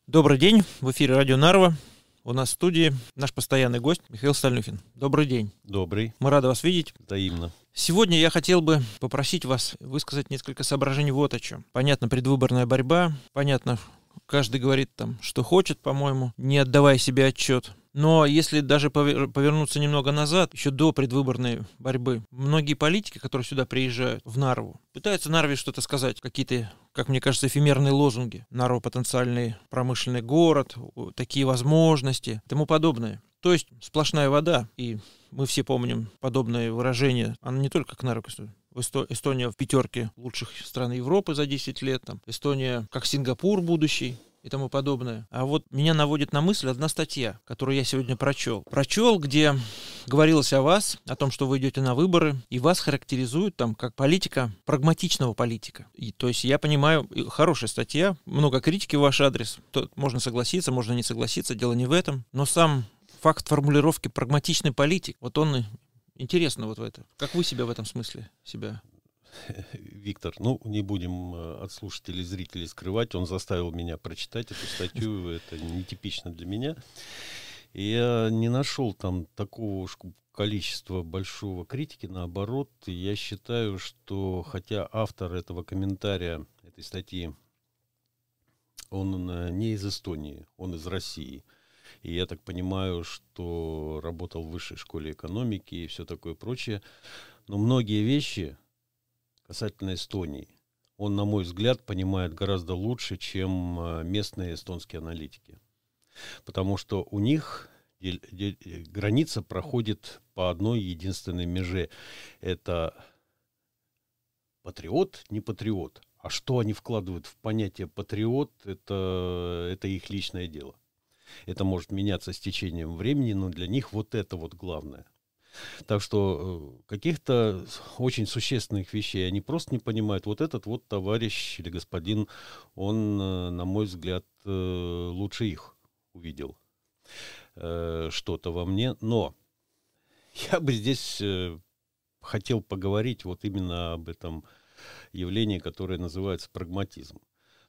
Добрый день, в эфире Радио Нарва. У нас в студии наш постоянный гость Михаил Стальнюхин. Добрый день. Добрый. Мы рады вас видеть. Взаимно. Сегодня я хотел бы попросить вас высказать несколько соображений вот о чем. Понятно, предвыборная борьба, понятно, каждый говорит там, что хочет, по-моему, не отдавая себе отчет. Но если даже повернуться немного назад, еще до предвыборной борьбы, многие политики, которые сюда приезжают, в Нарву, пытаются Нарве что-то сказать, какие-то, как мне кажется, эфемерные лозунги. Нарва — потенциальный промышленный город, такие возможности и тому подобное. То есть сплошная вода, и мы все помним подобное выражение, оно не только к Нарве. Эстония в пятерке лучших стран Европы за 10 лет, там, Эстония как Сингапур будущий и тому подобное. А вот меня наводит на мысль одна статья, которую я сегодня прочел. Где говорилось о вас, о том, что вы идете на выборы, и вас характеризуют там как политика, прагматичного политика. И, то есть я понимаю, хорошая статья, много критики в ваш адрес. Можно согласиться, можно не согласиться, дело не в этом. Но сам факт формулировки «прагматичный политик», вот он интересно вот в это. Как вы себя в этом смысле себя... Виктор, не будем от слушателей и зрителей скрывать, он заставил меня прочитать эту статью, это нетипично для меня. И я не нашел там такого уж количества большого критики, наоборот, я считаю, что хотя автор этого комментария, этой статьи, он не из Эстонии, он из России. И я так понимаю, что работал в высшей школе экономики и все такое прочее. Но многие вещи касательно Эстонии, он, на мой взгляд, понимает гораздо лучше, чем местные эстонские аналитики. Потому что у них граница проходит по одной единственной меже. Это патриот, не патриот. А что они вкладывают в понятие патриот, это их личное дело. Это может меняться с течением времени, но для них вот это вот главное. Так что каких-то очень существенных вещей они просто не понимают. Вот этот вот товарищ или господин, он, на мой взгляд, лучше их увидел что-то во мне. Но я бы здесь хотел поговорить вот именно об этом явлении, которое называется прагматизм.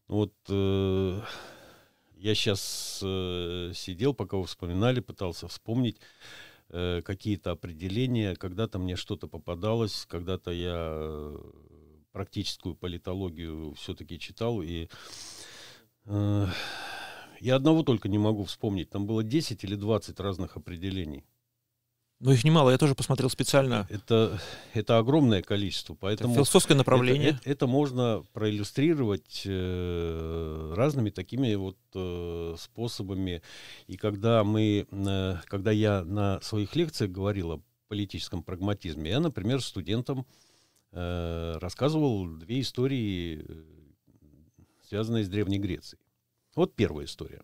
Я сейчас сидел, пока вы вспоминали, пытался вспомнить какие-то определения. Когда-то мне что-то попадалось, когда-то я практическую политологию все-таки читал, и я одного только не могу вспомнить. Там было 10 или 20 разных определений. Но их немало, я тоже посмотрел специально. Это огромное количество, поэтому... Это философское направление. Это можно проиллюстрировать разными такими вот способами. И когда я на своих лекциях говорил о политическом прагматизме, я, например, студентам рассказывал две истории, связанные с Древней Грецией. Вот первая история.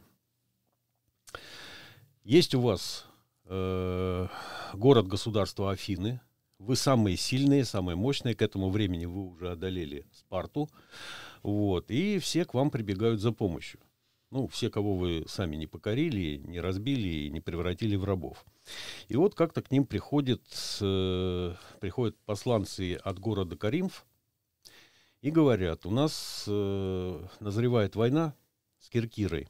Есть у вас город-государство Афины. Вы самые сильные, самые мощные. К этому времени вы уже одолели Спарту. Вот, и все к вам прибегают за помощью. Все, кого вы сами не покорили, не разбили и не превратили в рабов. И вот как-то к ним приходят посланцы от города Коринф и говорят: у нас назревает война с Киркирой.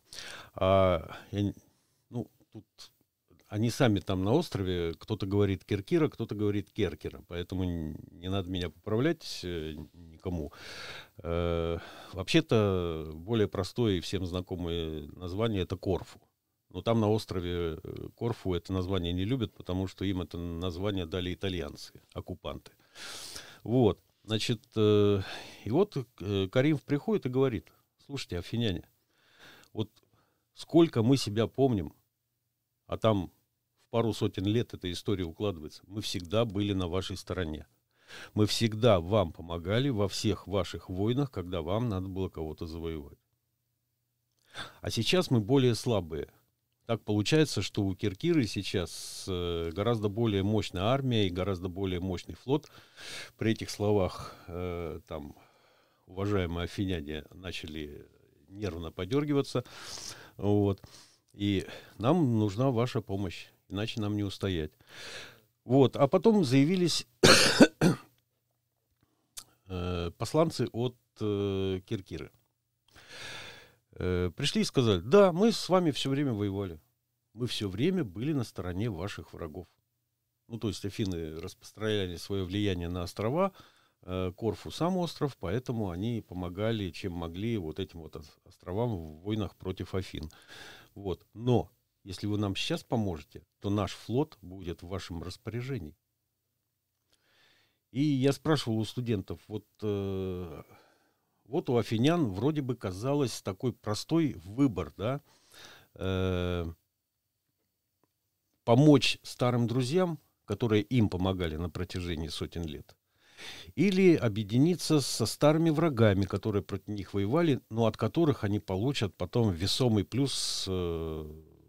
Тут они сами там на острове, кто-то говорит Киркира, кто-то говорит Керкера, поэтому не надо меня поправлять никому. Вообще-то более простое и всем знакомое название — это Корфу. Но там на острове Корфу это название не любят, потому что им это название дали итальянцы, оккупанты. Вот, значит, и вот Коринф приходит и говорит: слушайте, афиняне, вот сколько мы себя помним, а там в пару сотен лет эта история укладывается, мы всегда были на вашей стороне. Мы всегда вам помогали во всех ваших войнах, когда вам надо было кого-то завоевать. А сейчас мы более слабые. Так получается, что у Киркиры сейчас гораздо более мощная армия и гораздо более мощный флот. При этих словах уважаемые афиняне начали нервно подергиваться. Вот. И нам нужна ваша помощь, иначе нам не устоять. Вот. А потом заявились посланцы от Киркиры. Пришли и сказали: да, мы с вами все время воевали. Мы все время были на стороне ваших врагов. Ну, то есть Афины распространяли свое влияние на острова, Корфу сам остров, поэтому они помогали, чем могли, вот этим вот островам в войнах против Афин. Вот. Но если вы нам сейчас поможете, то наш флот будет в вашем распоряжении. И я спрашивал у студентов, вот у афинян вроде бы казалось такой простой выбор, да, помочь старым друзьям, которые им помогали на протяжении сотен лет, или объединиться со старыми врагами, которые против них воевали, но от которых они получат потом весомый плюс в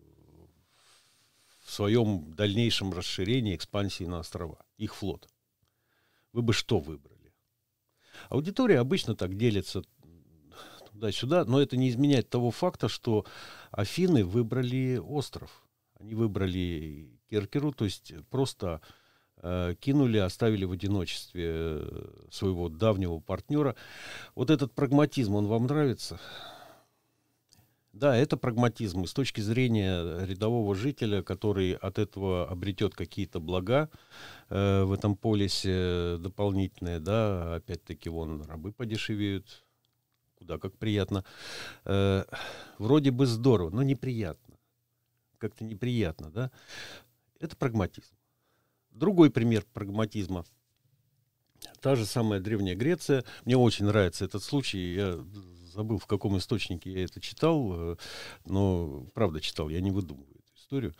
своем дальнейшем расширении, экспансии на острова, их флот. Вы бы что выбрали? Аудитория обычно так делится туда-сюда, но это не изменяет того факта, что Афины выбрали остров. Они выбрали Керкеру, то есть просто кинули, оставили в одиночестве своего давнего партнера. Вот этот прагматизм, он вам нравится? Да, это прагматизм. И с точки зрения рядового жителя, который от этого обретет какие-то блага в этом полисе дополнительные, да, опять-таки, вон, рабы подешевеют, куда как приятно. Вроде бы здорово, но неприятно. Как-то неприятно, да? Это прагматизм. Другой пример прагматизма. Та же самая Древняя Греция. Мне очень нравится этот случай. Я забыл, в каком источнике я это читал, но правда читал, я не выдумываю эту историю.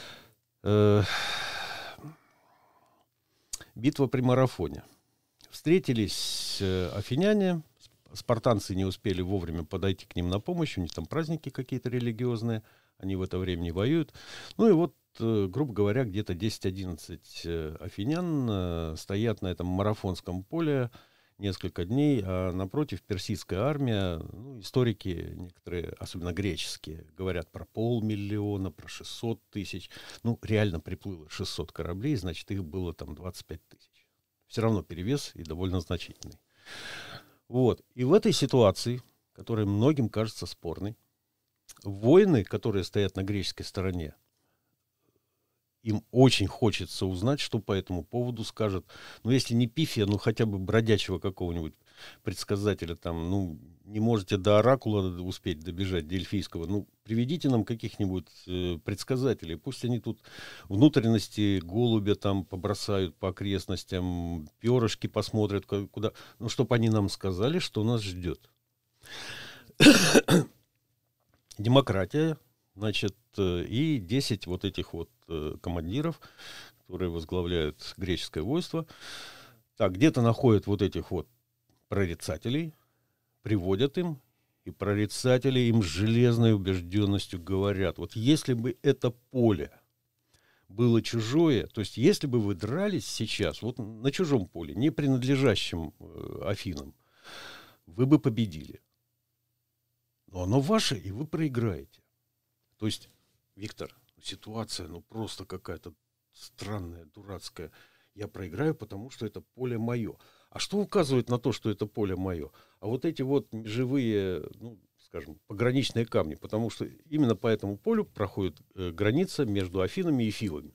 Битва при Марафоне. Встретились афиняне, спартанцы не успели вовремя подойти к ним на помощь, у них там праздники какие-то религиозные, они в это время не воюют. Ну и вот, грубо говоря, где-то 10-11 афинян стоят на этом марафонском поле несколько дней, а напротив персидская армия. Ну, историки некоторые, особенно греческие, говорят про 500 000, про 600 000. Ну, реально приплыло 600 кораблей, значит, их было там 25 000. Все равно перевес и довольно значительный. Вот. И в этой ситуации, которая многим кажется спорной, воины, которые стоят на греческой стороне, им очень хочется узнать, что по этому поводу скажет, ну, если не Пифия, ну, хотя бы бродячего какого-нибудь предсказателя, там, ну, не можете до оракула успеть добежать, дельфийского, ну, приведите нам каких-нибудь предсказателей, пусть они тут внутренности голубя там побросают по окрестностям, перышки посмотрят, куда, ну, чтобы они нам сказали, что нас ждет. Демократия. Значит, и 10 вот этих вот командиров, которые возглавляют греческое войско, так, где-то находят вот этих вот прорицателей, приводят им, и прорицатели им с железной убежденностью говорят, вот если бы это поле было чужое, то есть если бы вы дрались сейчас вот на чужом поле, не принадлежащем Афинам, вы бы победили. Но оно ваше, и вы проиграете. То есть, Виктор, ситуация, ну, просто какая-то странная, дурацкая. Я проиграю, потому что это поле мое. А что указывает на то, что это поле мое? А вот эти вот живые, ну, скажем, пограничные камни. Потому что именно по этому полю проходит граница между Афинами и Филами.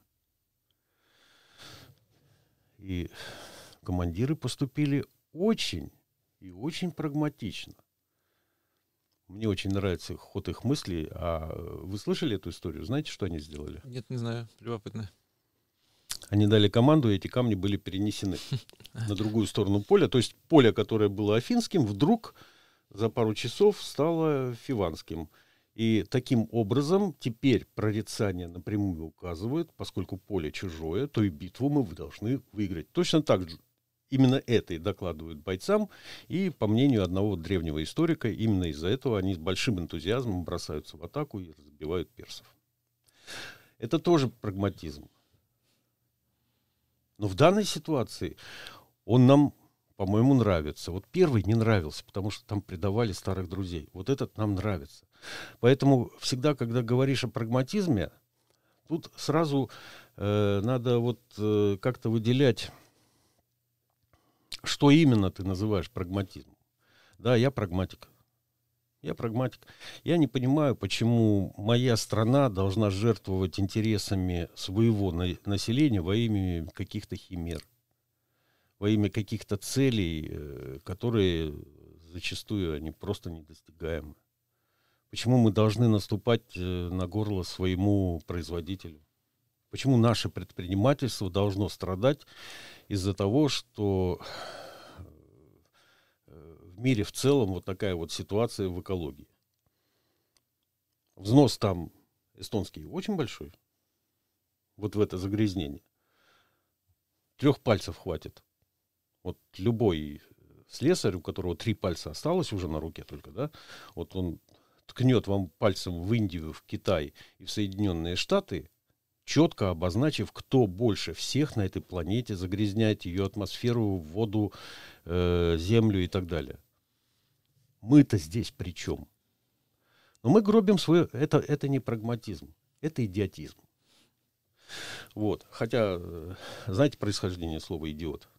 И командиры поступили очень и очень прагматично. Мне очень нравится ход их мыслей. А вы слышали эту историю? Знаете, что они сделали? Нет, не знаю. Любопытно. Они дали команду, и эти камни были перенесены на другую сторону поля. То есть поле, которое было афинским, вдруг за пару часов стало фиванским. И таким образом теперь прорицание напрямую указывает, поскольку поле чужое, то и битву мы должны выиграть. Точно так же. Именно это и докладывают бойцам, и, по мнению одного древнего историка, именно из-за этого они с большим энтузиазмом бросаются в атаку и разбивают персов. Это тоже прагматизм. Но в данной ситуации он нам, по-моему, нравится. Вот первый не нравился, потому что там предавали старых друзей. Вот этот нам нравится. Поэтому всегда, когда говоришь о прагматизме, тут сразу надо вот как-то выделять, что именно ты называешь прагматизмом. Да, я прагматик. Я прагматик. Я не понимаю, почему моя страна должна жертвовать интересами своего населения во имя каких-то химер, во имя каких-то целей, которые зачастую они просто недостигаемы. Почему мы должны наступать на горло своему производителю? Почему наше предпринимательство должно страдать из-за того, что в мире в целом вот такая вот ситуация в экологии? Взнос там эстонский очень большой, вот в это загрязнение. 3 пальцев хватит. Вот любой слесарь, у которого 3 пальца осталось уже на руке только, да, вот он ткнет вам пальцем в Индию, в Китай и в Соединенные Штаты, четко обозначив, кто больше всех на этой планете загрязняет ее атмосферу, воду, землю и так далее. Мы-то здесь при чем? Но мы гробим свое... Это не прагматизм, это идиотизм. Вот. Хотя, знаете происхождение слова «идиот»?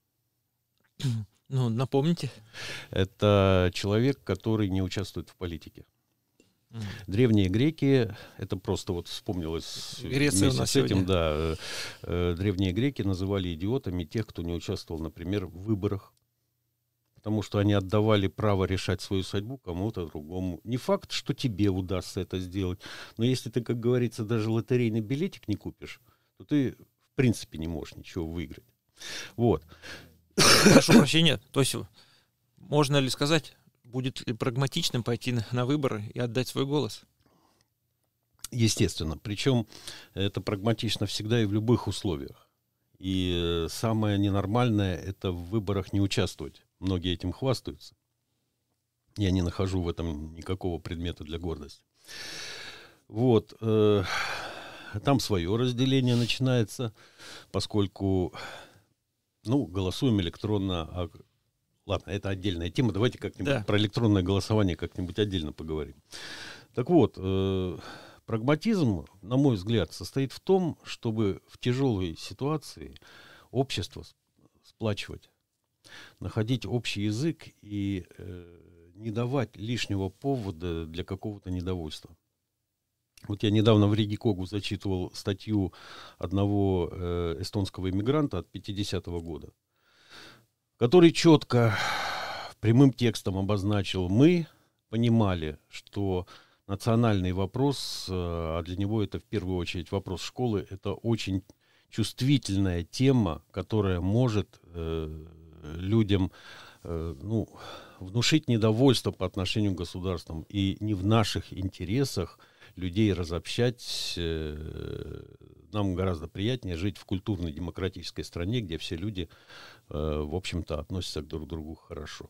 Ну, напомните. Это человек, который не участвует в политике. Древние греки, это просто вот вспомнилось Греция вместе у нас с этим, сегодня. да, древние греки называли идиотами тех, кто не участвовал, например, в выборах, потому что они отдавали право решать свою судьбу кому-то другому. Не факт, что тебе удастся это сделать, но если ты, как говорится, даже лотерейный билетик не купишь, то ты в принципе не можешь ничего выиграть. Вот. Прошу прощения, то есть можно ли сказать, будет ли прагматичным пойти на выборы и отдать свой голос? Естественно. Причем это прагматично всегда и в любых условиях. И самое ненормальное — это в выборах не участвовать. Многие этим хвастаются. Я не нахожу в этом никакого предмета для гордости. Вот. Там свое разделение начинается, поскольку, голосуем электронно. Ладно, это отдельная тема. Давайте как-нибудь про электронное голосование как-нибудь отдельно поговорим. Так вот, прагматизм, на мой взгляд, состоит в том, чтобы в тяжелой ситуации общество сплачивать, находить общий язык и не давать лишнего повода для какого-то недовольства. Вот я недавно в Риги-Когу зачитывал статью одного эстонского иммигранта от 50-го года, который четко, прямым текстом обозначил: мы понимали, что национальный вопрос, а для него это в первую очередь вопрос школы, это очень чувствительная тема, которая может людям внушить недовольство по отношению к государствам. И не в наших интересах людей разобщать. Нам гораздо приятнее жить в культурной демократической стране, где все люди, в общем-то, относятся друг к другу хорошо.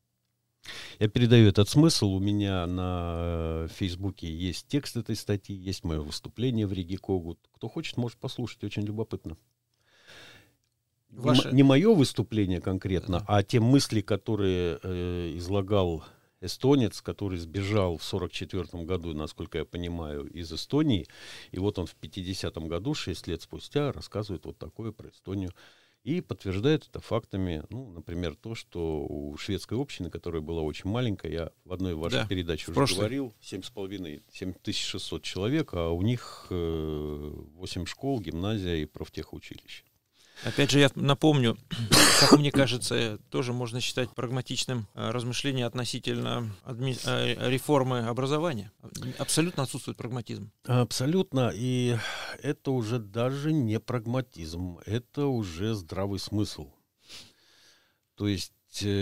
Я передаю этот смысл. У меня на Фейсбуке есть текст этой статьи, есть мое выступление в Риги-Когу. Кто хочет, может послушать. Очень любопытно. Не мое выступление конкретно, а те мысли, которые излагал эстонец, который сбежал в 1944 году, насколько я понимаю, из Эстонии. И вот он в 50-м году, 6 лет спустя, рассказывает вот такое про Эстонию. И подтверждает это фактами, например, то, что у шведской общины, которая была очень маленькая, я в одной вашей передаче уже говорил, 7600 человек, а у них 8 школ, гимназия и профтехучилище. Опять же, я напомню, как мне кажется, тоже можно считать прагматичным размышление относительно реформы образования. Абсолютно отсутствует прагматизм. Абсолютно. И это уже даже не прагматизм, это уже здравый смысл. То есть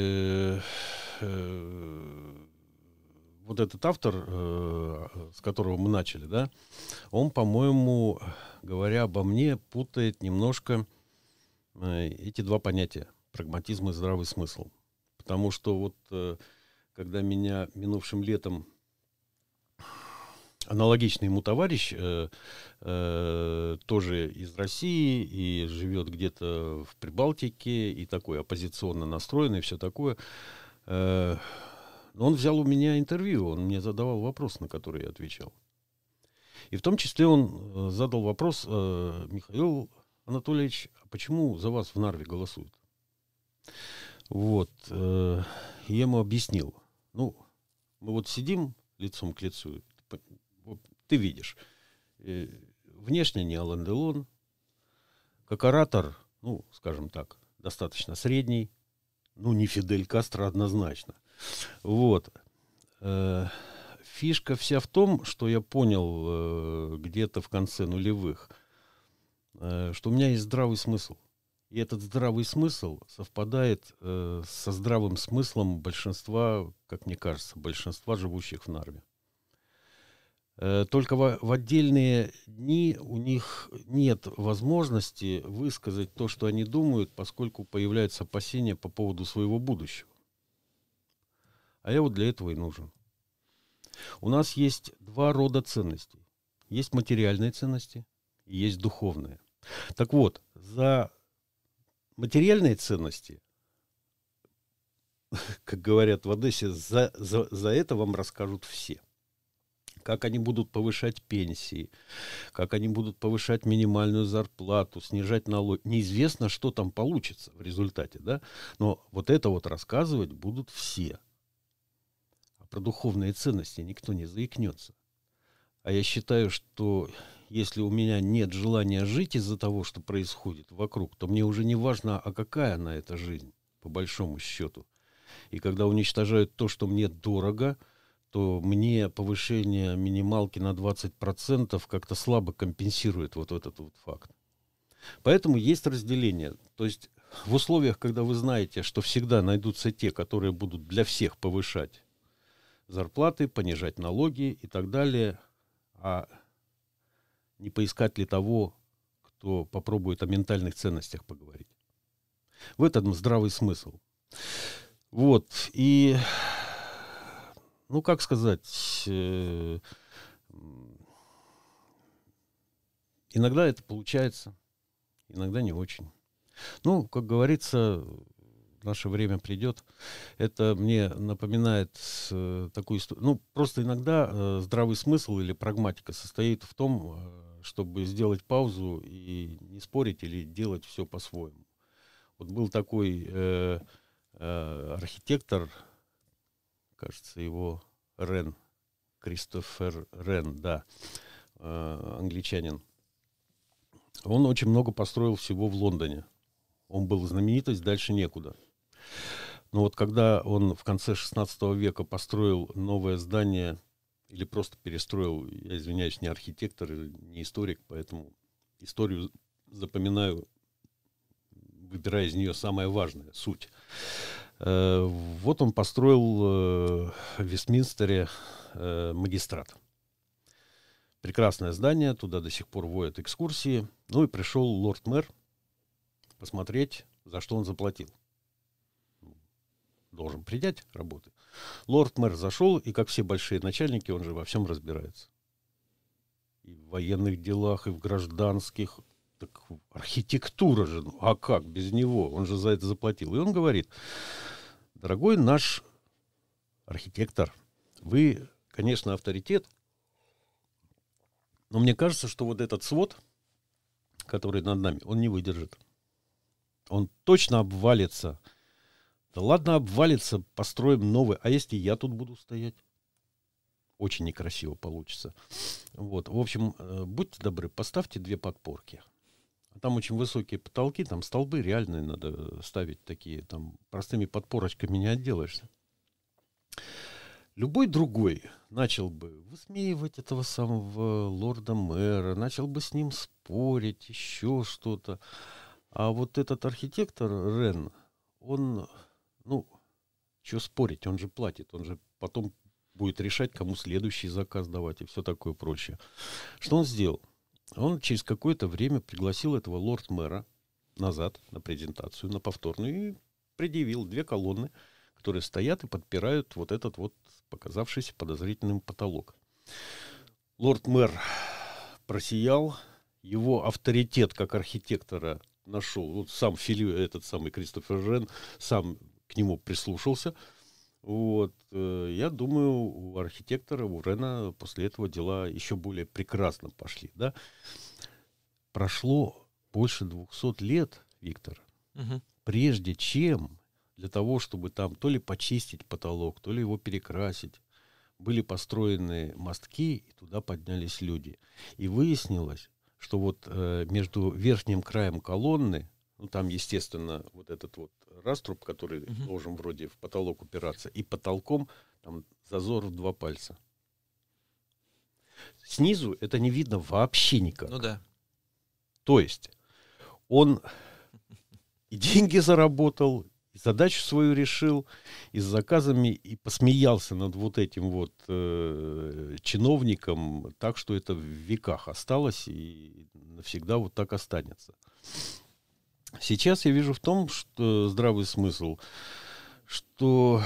вот этот автор, с которого мы начали, да, он, по-моему, говоря обо мне, путает немножко эти два понятия — прагматизм и здравый смысл. Потому что вот когда меня минувшим летом аналогичный ему товарищ, тоже из России и живет где-то в Прибалтике, и такой оппозиционно настроенный, все такое, он взял у меня интервью, он мне задавал вопрос, на который я отвечал. И в том числе он задал вопрос: Михаил Анатольевич, а почему за вас в Нарве голосуют? Вот. И я ему объяснил. Мы вот сидим лицом к лицу, ты видишь, внешне не Ален Делон, как оратор, ну, скажем так, достаточно средний, ну, не Фидель Кастро однозначно. Вот. Фишка вся в том, что я понял где-то в конце нулевых, что у меня есть здравый смысл. И этот здравый смысл совпадает со здравым смыслом большинства, как мне кажется, большинства живущих в Нарве. Только в отдельные дни у них нет возможности высказать то, что они думают, поскольку появляются опасения по поводу своего будущего. А я вот для этого и нужен. У нас есть два рода ценностей. Есть материальные ценности и есть духовные. Так вот, за материальные ценности, как говорят в Одессе, за это вам расскажут все. Как они будут повышать пенсии, как они будут повышать минимальную зарплату, снижать налоги. Неизвестно, что там получится в результате, да? Но вот это вот рассказывать будут все. А про духовные ценности никто не заикнется. А я считаю, что если у меня нет желания жить из-за того, что происходит вокруг, то мне уже не важно, а какая она эта жизнь, по большому счету. И когда уничтожают то, что мне дорого, то мне повышение минималки на 20% как-то слабо компенсирует вот этот вот факт. Поэтому есть разделение. То есть в условиях, когда вы знаете, что всегда найдутся те, которые будут для всех повышать зарплаты, понижать налоги и так далее, а не поискать ли того, кто попробует о ментальных ценностях поговорить. В этом здравый смысл. Вот. И ну, как сказать, иногда это получается, иногда не очень. Ну, как говорится, наше время придет. Это мне напоминает такую историю. Ну, просто иногда здравый смысл или прагматика состоит в том, чтобы сделать паузу и не спорить или делать все по-своему. Вот был такой архитектор, кажется, его Рен, Кристофер Рен, да, англичанин. Он очень много построил всего в Лондоне. Он был знаменитость, дальше некуда. Но вот когда он в конце 16 века построил новое здание, или просто перестроил, я извиняюсь, не архитектор, не историк, поэтому историю запоминаю, выбирая из нее самое важное, суть. Вот он построил в Вестминстере магистрат. Прекрасное здание, туда до сих пор водят экскурсии. Ну и пришел лорд-мэр посмотреть, за что он заплатил. Должен принять работы. Лорд-мэр зашел, и как все большие начальники, он же во всем разбирается. И в военных делах, и в гражданских. Так архитектура же, ну, а как без него? Он же за это заплатил. И он говорит: дорогой наш архитектор, вы, конечно, авторитет, но мне кажется, что вот этот свод, который над нами, он не выдержит. Он точно обвалится. Да ладно, обвалится, построим новый. А если я тут буду стоять? Очень некрасиво получится. Вот. В общем, будьте добры, поставьте 2 подпорки. Там очень высокие потолки, там столбы реальные надо ставить такие, там простыми подпорочками не отделаешься. Любой другой начал бы высмеивать этого самого лорда-мэра, начал бы с ним спорить, еще что-то. А вот этот архитектор Рен, он, ну, что спорить, он же платит, он же потом будет решать, кому следующий заказ давать и все такое прочее. Что он сделал? Он через какое-то время пригласил этого лорд-мэра назад на презентацию, на повторную, и предъявил 2 колонны, которые стоят и подпирают вот этот вот показавшийся подозрительным потолок. Лорд-мэр просиял, его авторитет как архитектора нашел, вот сам этот самый Кристофер Рен сам к нему прислушался. Вот, я думаю, у архитектора, у Рена после этого дела еще более прекрасно пошли, да. Прошло больше 200 лет, Виктор, прежде чем для того, чтобы там то ли почистить потолок, то ли его перекрасить, были построены мостки, и туда поднялись люди. И выяснилось, что вот между верхним краем колонны, ну там, естественно, вот этот вот раструб, который должен вроде в потолок упираться, и потолком там зазор в 2 пальца. Снизу это не видно вообще никак. Ну да. То есть он и деньги заработал, и задачу свою решил, и с заказами, и посмеялся над вот этим вот чиновником, так что это в веках осталось и навсегда вот так останется. Сейчас я вижу в том, что здравый смысл, что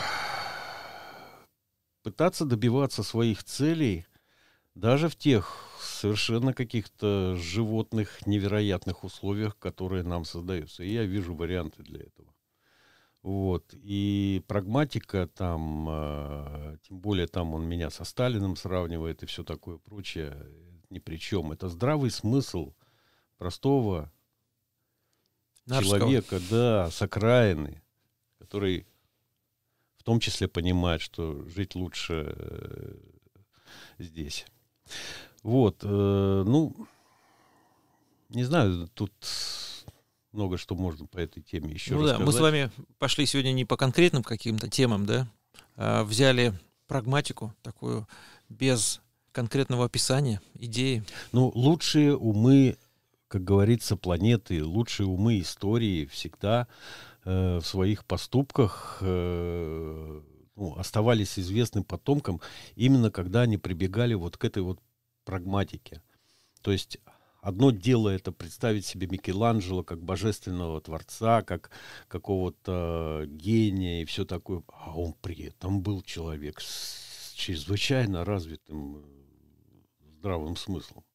пытаться добиваться своих целей даже в тех совершенно каких-то животных, невероятных условиях, которые нам создаются. И я вижу варианты для этого. Вот. И прагматика там, тем более там он меня со Сталиным сравнивает и все такое прочее, ни при чем. Это здравый смысл простого человека, да, с окраины, который в том числе понимает, что жить лучше здесь. Вот, ну, не знаю, тут много что можно по этой теме еще рассказать. Да, мы с вами пошли сегодня не по конкретным каким-то темам, да, а взяли прагматику такую, без конкретного описания, идеи. Ну, лучшие умы, как говорится, планеты, лучшие умы истории всегда в своих поступках оставались известны потомкам, именно когда они прибегали вот к этой вот прагматике. То есть одно дело это представить себе Микеланджело как божественного творца, как какого-то гения и все такое, а он при этом был человек с чрезвычайно развитым здравым смыслом.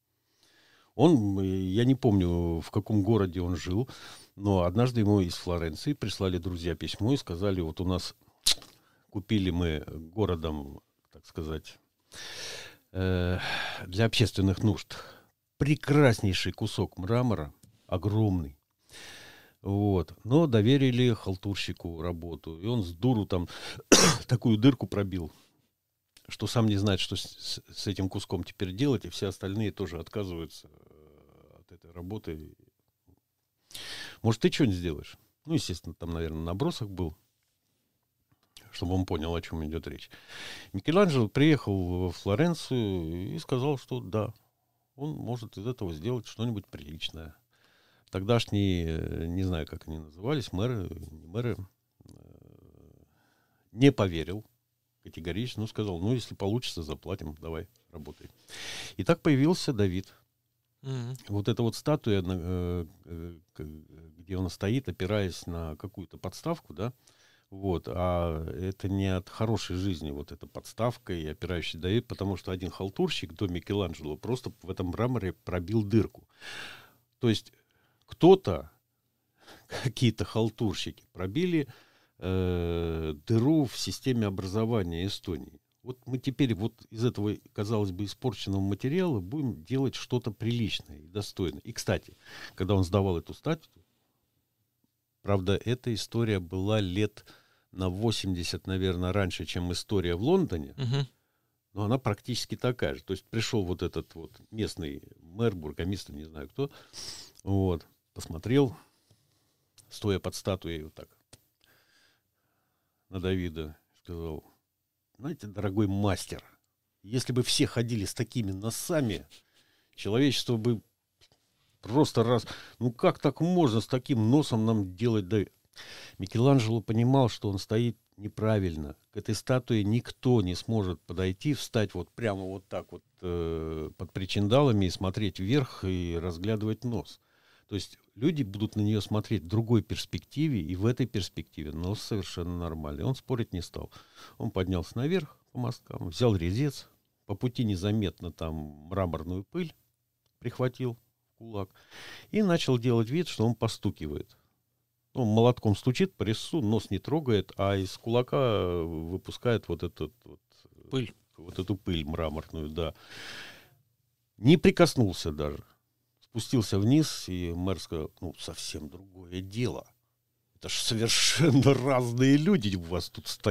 Я не помню, в каком городе он жил, но однажды ему из Флоренции прислали друзья письмо и сказали, вот у нас купили мы городом, так сказать, для общественных нужд прекраснейший кусок мрамора, огромный. Вот. Но доверили халтурщику работу. И он с дуру там такую дырку пробил, что сам не знает, что с этим куском теперь делать, и все остальные тоже отказываются от этой работы. Может, ты что-нибудь сделаешь? Ну, естественно, там, наверное, набросок был, чтобы он понял, о чем идет речь. Микеланджело приехал в Флоренцию и сказал, что да, он может из этого сделать что-нибудь приличное. Тогдашние, не знаю, как они назывались, мэры, не поверил категорично, но сказал, ну, если получится, заплатим, давай, работай. И так появился Давид. Вот эта вот статуя, где он стоит, опираясь на какую-то подставку, да, вот, а это не от хорошей жизни, вот эта подставка и опирающий Давид, потому что один халтурщик до Микеланджело просто в этом мраморе пробил дырку. То есть кто-то, какие-то халтурщики пробили дыру в системе образования Эстонии. Вот мы теперь вот из этого, казалось бы, испорченного материала будем делать что-то приличное и достойное. И, кстати, когда он сдавал эту статью, правда, эта история была лет на 80, наверное, раньше, чем история в Лондоне, но она практически такая же. То есть пришел вот этот вот местный мэр, бургомистр, не знаю кто, вот, посмотрел, стоя под статуей вот так, на Давида, сказал, знаете, дорогой мастер, если бы все ходили с такими носами, человечество бы просто раз... Ну как так можно с таким носом нам делать? Да... Микеланджело понимал, что он стоит неправильно. К этой статуе никто не сможет подойти, встать вот прямо вот так вот под причиндалами и смотреть вверх и разглядывать нос. То есть люди будут на нее смотреть в другой перспективе, и в этой перспективе нос совершенно нормальный. Он спорить не стал. Он поднялся наверх по мосткам, взял резец, по пути незаметно там мраморную пыль прихватил в кулак и начал делать вид, что он постукивает. Он молотком стучит по резцу, нос не трогает, а из кулака выпускает вот эту пыль мраморную, да. Не прикоснулся даже. Спустился вниз, и мэр сказал, ну, совсем другое дело. Это ж совершенно разные люди у вас тут стоят.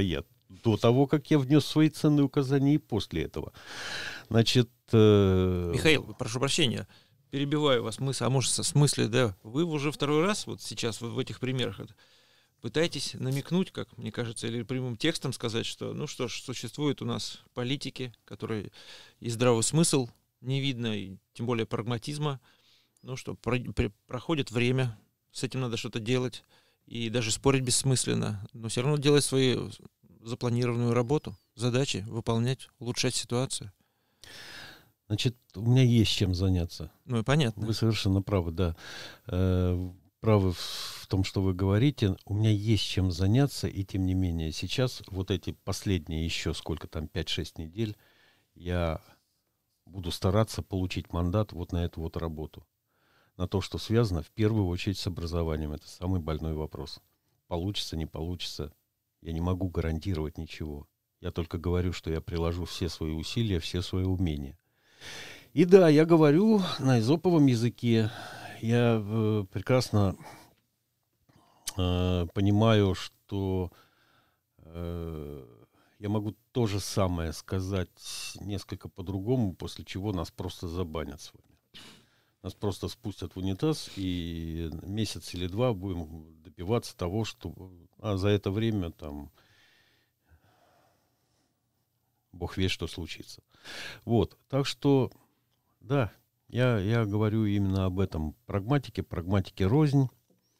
до того, как я внес свои ценные указания, и после этого. Значит... Михаил, прошу прощения, перебиваю вас, а может, в смысле, да, вы уже второй раз, вот сейчас в этих примерах, пытаетесь намекнуть, как мне кажется, или прямым текстом сказать, что, ну что ж, существуют у нас политики, которые и здравый смысл не видно, и тем более прагматизма. Ну что, проходит время, с этим надо что-то делать, и даже спорить бессмысленно, но все равно делать свою запланированную работу, задачи выполнять, улучшать ситуацию. Значит, у меня есть чем заняться. Ну и понятно. Вы совершенно правы, да. Правы в том, что вы говорите. У меня есть чем заняться, и тем не менее сейчас, вот эти последние еще сколько там, 5-6 недель, я буду стараться получить мандат вот на эту вот работу. На то, что связано в первую очередь с образованием. Это самый больной вопрос. Получится, не получится. Я не могу гарантировать ничего. Я только говорю, что я приложу все свои усилия, все свои умения. И да, я говорю на эзоповом языке. Я прекрасно понимаю, что я могу то же самое сказать несколько по-другому, после чего нас просто забанят с вами. Нас просто спустят в унитаз, и месяц или два будем добиваться того, что... А за это время там... Бог весть, что случится. Вот. Так что, да, я говорю именно об этом. Прагматике рознь.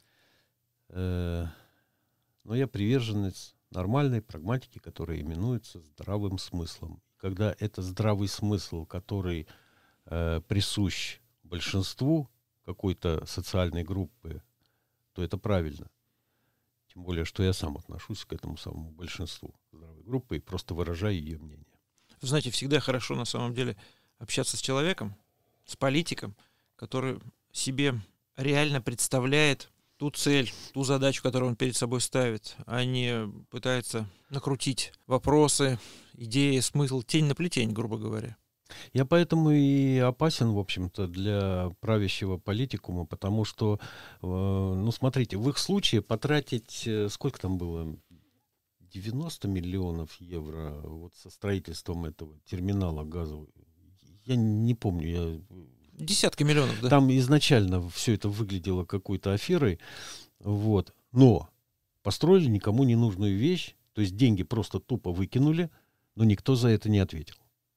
Но я приверженец нормальной прагматики, которая именуется здравым смыслом. Когда это здравый смысл, который присущ большинству какой-то социальной группы, то это правильно. Тем более, что я сам отношусь к этому самому большинству здравой группы и просто выражаю ее мнение. Вы знаете, всегда хорошо на самом деле общаться с человеком, с политиком, который себе реально представляет ту цель, ту задачу, которую он перед собой ставит, а не пытается накрутить вопросы, идеи, смысл, тень на плетень, грубо говоря. Я поэтому и опасен, в общем-то, для правящего политикума, потому что, ну, смотрите, в их случае потратить, сколько там было, 90 миллионов евро вот со строительством этого терминала газового, я не помню. Десятки миллионов, да. Там изначально все это выглядело какой-то аферой, вот, но построили никому не нужную вещь, то есть деньги просто тупо выкинули, но никто за это не ответил.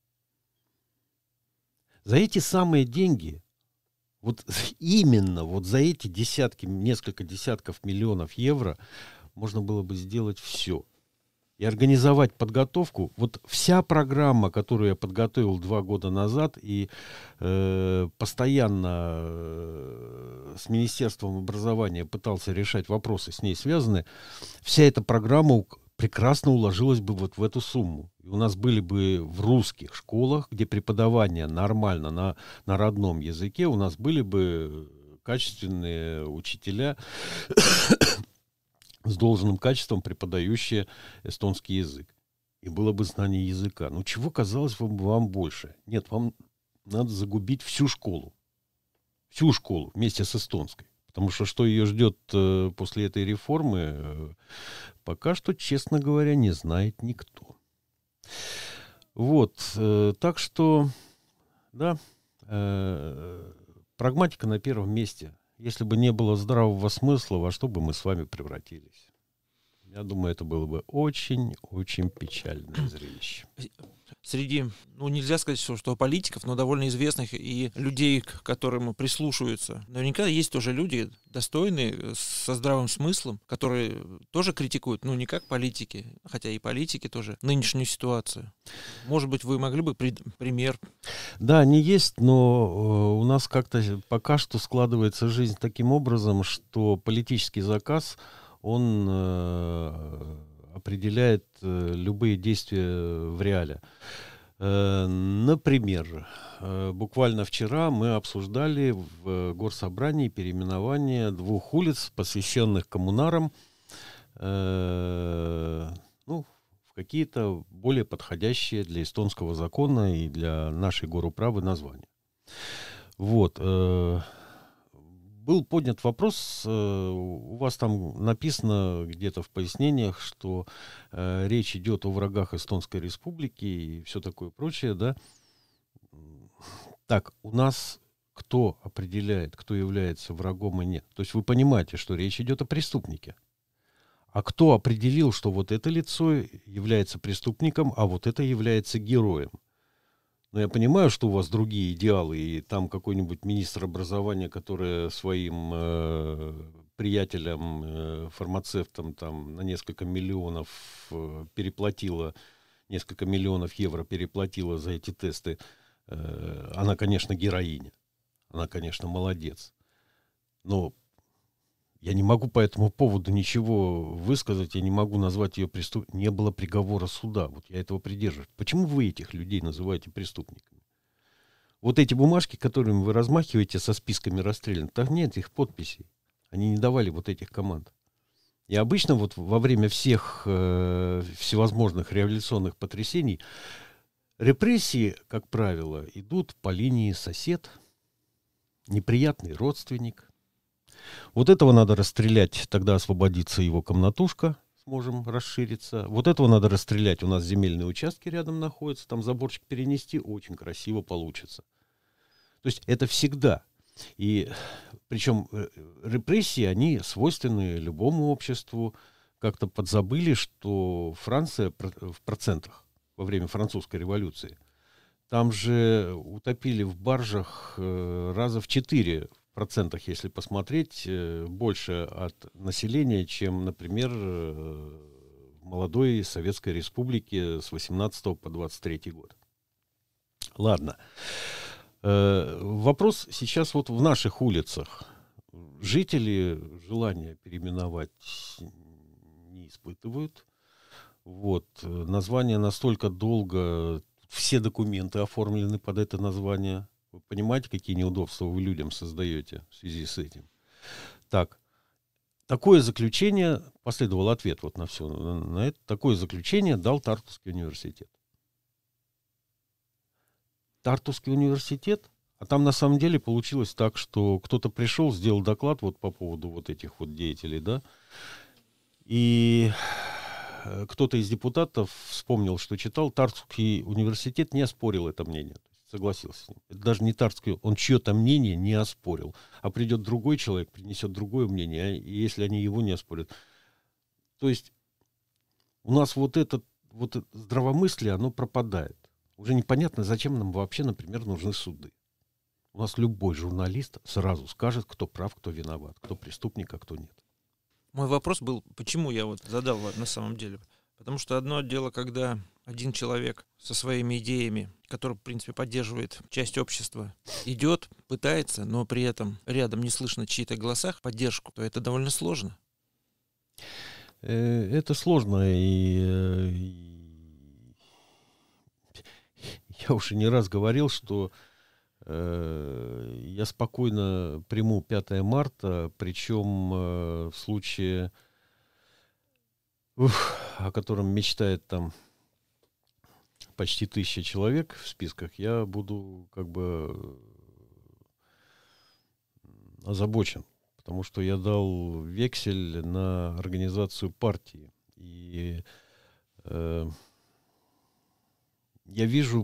За эти самые деньги, вот именно вот за эти несколько десятков миллионов евро можно было бы сделать все. И организовать подготовку. Вот вся программа, которую я подготовил 2 года назад и постоянно с Министерством образования пытался решать вопросы с ней связанные, вся эта программа прекрасно уложилась бы вот в эту сумму. И у нас были бы в русских школах, где преподавание нормально на родном языке, у нас были бы качественные учителя с должным качеством, преподающие эстонский язык. И было бы знание языка. Ну, чего казалось вам больше? Нет, вам надо загубить всю школу. Всю школу вместе с эстонской. Потому что ее ждет после этой реформы, пока что, честно говоря, не знает никто. Вот. Так что, да, прагматика на первом месте. Если бы не было здравого смысла, во что бы мы с вами превратились? Я думаю, это было бы очень-очень печальное зрелище. Среди, ну, нельзя сказать, что политиков, но довольно известных и людей, к которым прислушиваются. Наверняка есть тоже люди достойные, со здравым смыслом, которые тоже критикуют, ну, не как политики, хотя и политики тоже, нынешнюю ситуацию. Может быть, вы могли бы пример? Да, они есть, но у нас как-то пока что складывается жизнь таким образом, что политический заказ, он определяет любые действия в реале. Например, буквально вчера мы обсуждали в Горсобрании переименование 2 улиц, посвященных коммунарам, ну, в какие-то более подходящие для эстонского закона и для нашей горуправы названия. Вот. Был Был поднят вопрос, у вас там написано где-то в пояснениях, что речь идет о врагах Эстонской Республики и все такое прочее, да? Так, у нас кто определяет, кто является врагом и нет? То есть вы понимаете, что речь идет о преступнике. А кто определил, что вот это лицо является преступником, а вот это является героем? Но я понимаю, что у вас другие идеалы, и там какой-нибудь министр образования, который своим приятелям, фармацевтам там на несколько миллионов переплатила, несколько миллионов евро переплатила за эти тесты, она, конечно, героиня, она, конечно, молодец. Но я не могу по этому поводу ничего высказать, я не могу назвать ее преступником. Не было приговора суда, вот я этого придерживаюсь. Почему вы этих людей называете преступниками? Вот эти бумажки, которыми вы размахиваете со списками расстрелянных, там нет их подписей. Они не давали вот этих команд. И обычно вот во время всех всевозможных революционных потрясений репрессии, как правило, идут по линии сосед, неприятный родственник. Вот этого надо расстрелять, тогда освободится его комнатушка, сможем расшириться. Вот этого надо расстрелять, у нас земельные участки рядом находятся, там заборчик перенести, очень красиво получится. То есть это всегда. И причем репрессии, они свойственны любому обществу. Как-то подзабыли, что Франция в процентах во время французской революции, там же утопили в баржах раза в 4%, если посмотреть, больше от населения, чем, например, в молодой Советской Республике с 18 по 23 год. Ладно. Вопрос сейчас вот в наших улицах. Жители желания переименовать не испытывают. Вот. Название настолько долго, все документы оформлены под это название. Вы понимаете, какие неудобства вы людям создаете в связи с этим? Так, такое заключение, последовал ответ вот на все, на это, такое заключение дал Тартусский университет. Тартусский университет, а там на самом деле получилось так, что кто-то пришел, сделал доклад вот по поводу вот этих вот деятелей, да, и кто-то из депутатов вспомнил, что читал, Тартусский университет не оспорил это мнение, согласился с ним. Это даже не Тартусский, он чье-то мнение не оспорил, а придет другой человек, принесет другое мнение, и если они его не оспорят. То есть у нас вот это здравомыслие, оно пропадает. Уже непонятно, зачем нам вообще, например, нужны суды. У нас любой журналист сразу скажет, кто прав, кто виноват, кто преступник, а кто нет. Мой вопрос был, почему я вот задал на самом деле. Потому что одно дело, когда один человек со своими идеями, который, в принципе, поддерживает часть общества, идет, пытается, но при этом рядом не слышно чьи-то голоса, поддержку, то это довольно сложно. Это сложно, и я уже не раз говорил, что я спокойно приму 5 марта, причем в случае, о котором мечтает там почти 1000 человек в списках, я буду как бы озабочен, потому что я дал вексель на организацию партии. И я вижу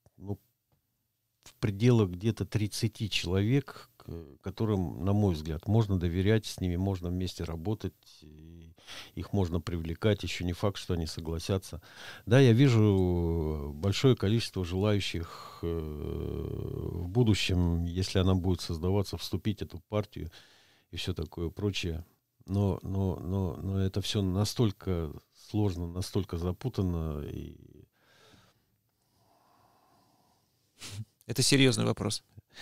в пределах где-то 30 человек, которым, на мой взгляд, можно доверять, с ними можно вместе работать, их можно привлекать, еще не факт, что они согласятся. Да, я вижу большое количество желающих в будущем, если она будет создаваться, вступить в эту партию и все такое прочее. Но это все настолько сложно, настолько запутанно. Это серьезный вопрос.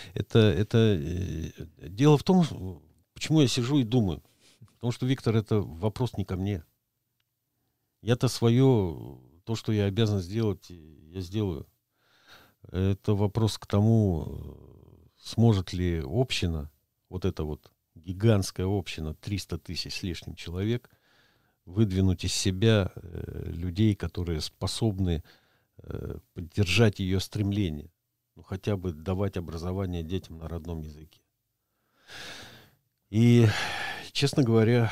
Дело в том, почему я сижу и думаю. Потому что, Виктор, это вопрос не ко мне. Я-то свое, то, что я обязан сделать, я сделаю. Это вопрос к тому, сможет ли община, вот эта вот гигантская община, 300 тысяч с лишним человек, выдвинуть из себя людей, которые способны поддержать ее стремление. Ну, хотя бы давать образование детям на родном языке. И, честно говоря,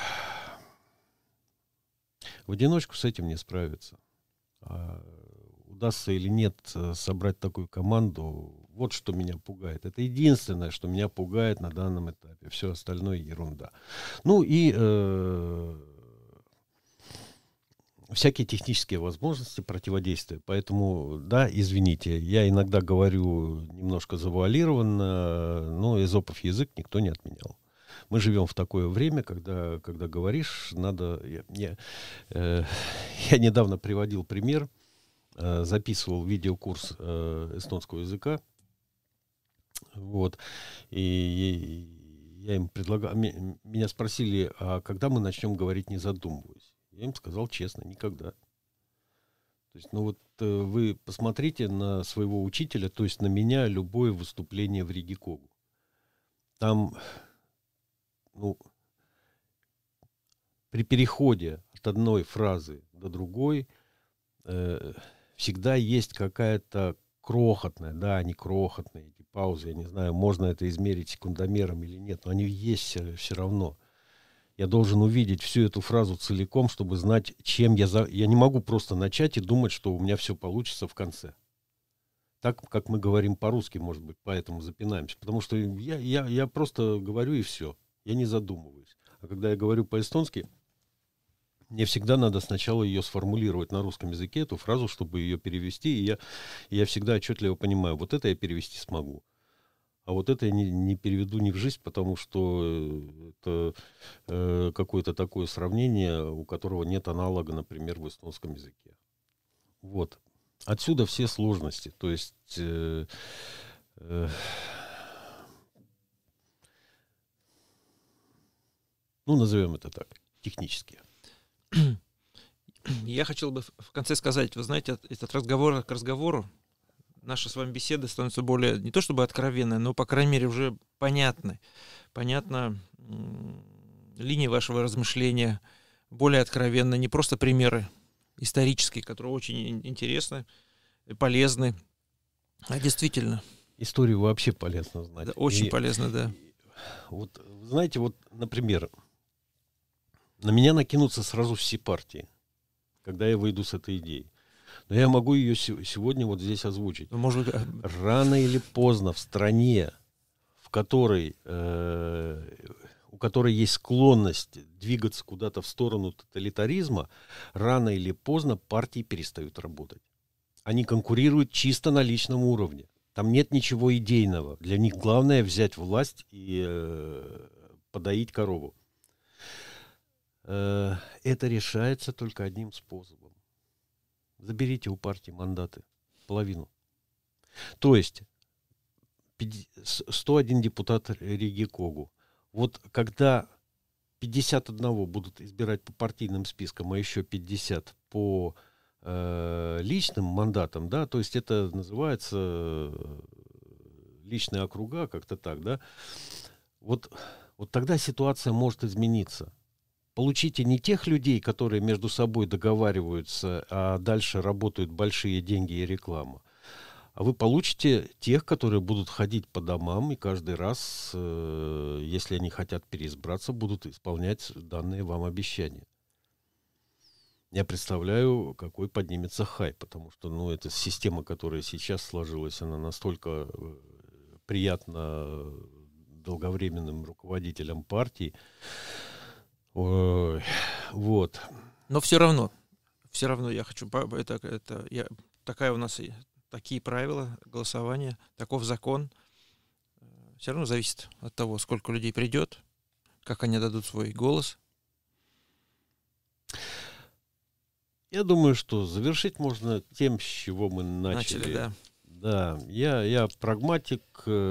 в одиночку с этим не справиться. Удастся или нет собрать такую команду, вот что меня пугает. Это единственное, что меня пугает на данном этапе. Все остальное ерунда. Ну и всякие технические возможности противодействия. Поэтому, да, извините, я иногда говорю немножко завуалированно, но эзопов язык никто не отменял. Мы живем в такое время, когда говоришь, надо... Я недавно приводил пример, записывал видеокурс эстонского языка, вот, и я им предлагал... Меня спросили, а когда мы начнем говорить, не задумываясь? Я им сказал честно, никогда. То есть, ну вот вы посмотрите на своего учителя, то есть на меня, любое выступление в Риге Когу. Там, ну, при переходе от одной фразы до другой всегда есть какая-то крохотная, да, они крохотные, эти паузы, я не знаю, можно это измерить секундомером или нет, но они есть все равно. Я должен увидеть всю эту фразу целиком, чтобы знать, чем я не могу просто начать и думать, что у меня все получится в конце. Так, как мы говорим по-русски, может быть, поэтому запинаемся. Потому что я просто говорю и все. Я не задумываюсь. А когда я говорю по-эстонски, мне всегда надо сначала ее сформулировать на русском языке, эту фразу, чтобы ее перевести. И я всегда отчетливо понимаю, вот это я перевести смогу. А вот это я не переведу ни в жизнь, потому что это какое-то такое сравнение, у которого нет аналога, например, в эстонском языке. Вот. Отсюда все сложности. То есть ну, назовем это так, технические. Я хотел бы в конце сказать, вы знаете, от разговора к разговору наша с вами беседа становится более, не то чтобы откровенной, но, по крайней мере, уже понятной. Понятна линия вашего размышления, более откровенно, не просто примеры исторические, которые очень интересны, полезны, а действительно. Историю вообще полезно знать. Да, очень полезно, да. Вот, знаете, вот, например, на меня накинутся сразу все партии, когда я выйду с этой идеей. Но я могу ее сегодня вот здесь озвучить. Может быть... Рано или поздно в стране, в которой, у которой есть склонность двигаться куда-то в сторону тоталитаризма, рано или поздно партии перестают работать. Они конкурируют чисто на личном уровне. Там нет ничего идейного. Для них главное взять власть и подоить корову. Это решается только одним способом. Заберите у партии мандаты. Половину. То есть 101 депутат Риги Когу. Вот когда 51 будут избирать по партийным спискам, а еще 50 по личным мандатам, да, то есть это называется личные округа, как-то так, да, вот тогда ситуация может измениться. Получите не тех людей, которые между собой договариваются, а дальше работают большие деньги и реклама, а вы получите тех, которые будут ходить по домам и каждый раз, если они хотят переизбраться, будут исполнять данные вам обещания. Я представляю, какой поднимется хайп, потому что, ну, эта система, которая сейчас сложилась, она настолько приятна долговременным руководителям партий. Ой, вот. Но все равно я хочу, такая у нас такие правила голосования, таков закон. Все равно зависит от того, сколько людей придет, как они дадут свой голос. Я думаю, что завершить можно тем, с чего мы начали. Да. Да, я прагматик,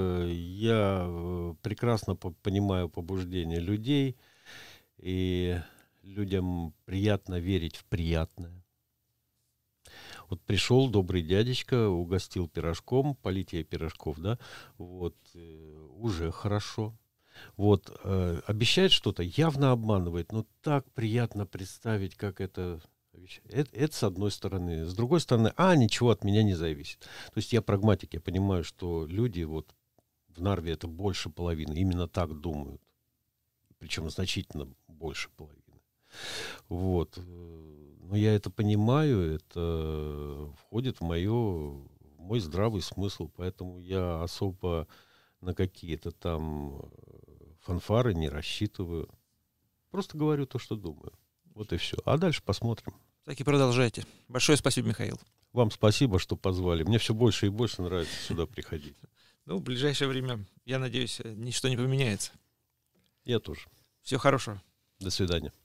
я прекрасно понимаю побуждения людей, и людям приятно верить в приятное. Вот пришел добрый дядечка, угостил пирожком, Полития пирожков, да, вот, уже хорошо. Вот, обещает что-то, явно обманывает, но так приятно представить, как это с одной стороны. С другой стороны, ничего от меня не зависит. То есть я прагматик, я понимаю, что люди вот в Нарве это больше половины, именно так думают. причем значительно больше половины. Вот. Но я это понимаю, это входит в мой здравый смысл, поэтому я особо на какие-то там фанфары не рассчитываю. Просто говорю то, что думаю. Вот и все. А дальше посмотрим. Так и продолжайте. Большое спасибо, Михаил. Вам спасибо, что позвали. Мне все больше и больше нравится сюда приходить. Ну, в ближайшее время, я надеюсь, ничто не поменяется. Я тоже. Всего хорошего. До свидания.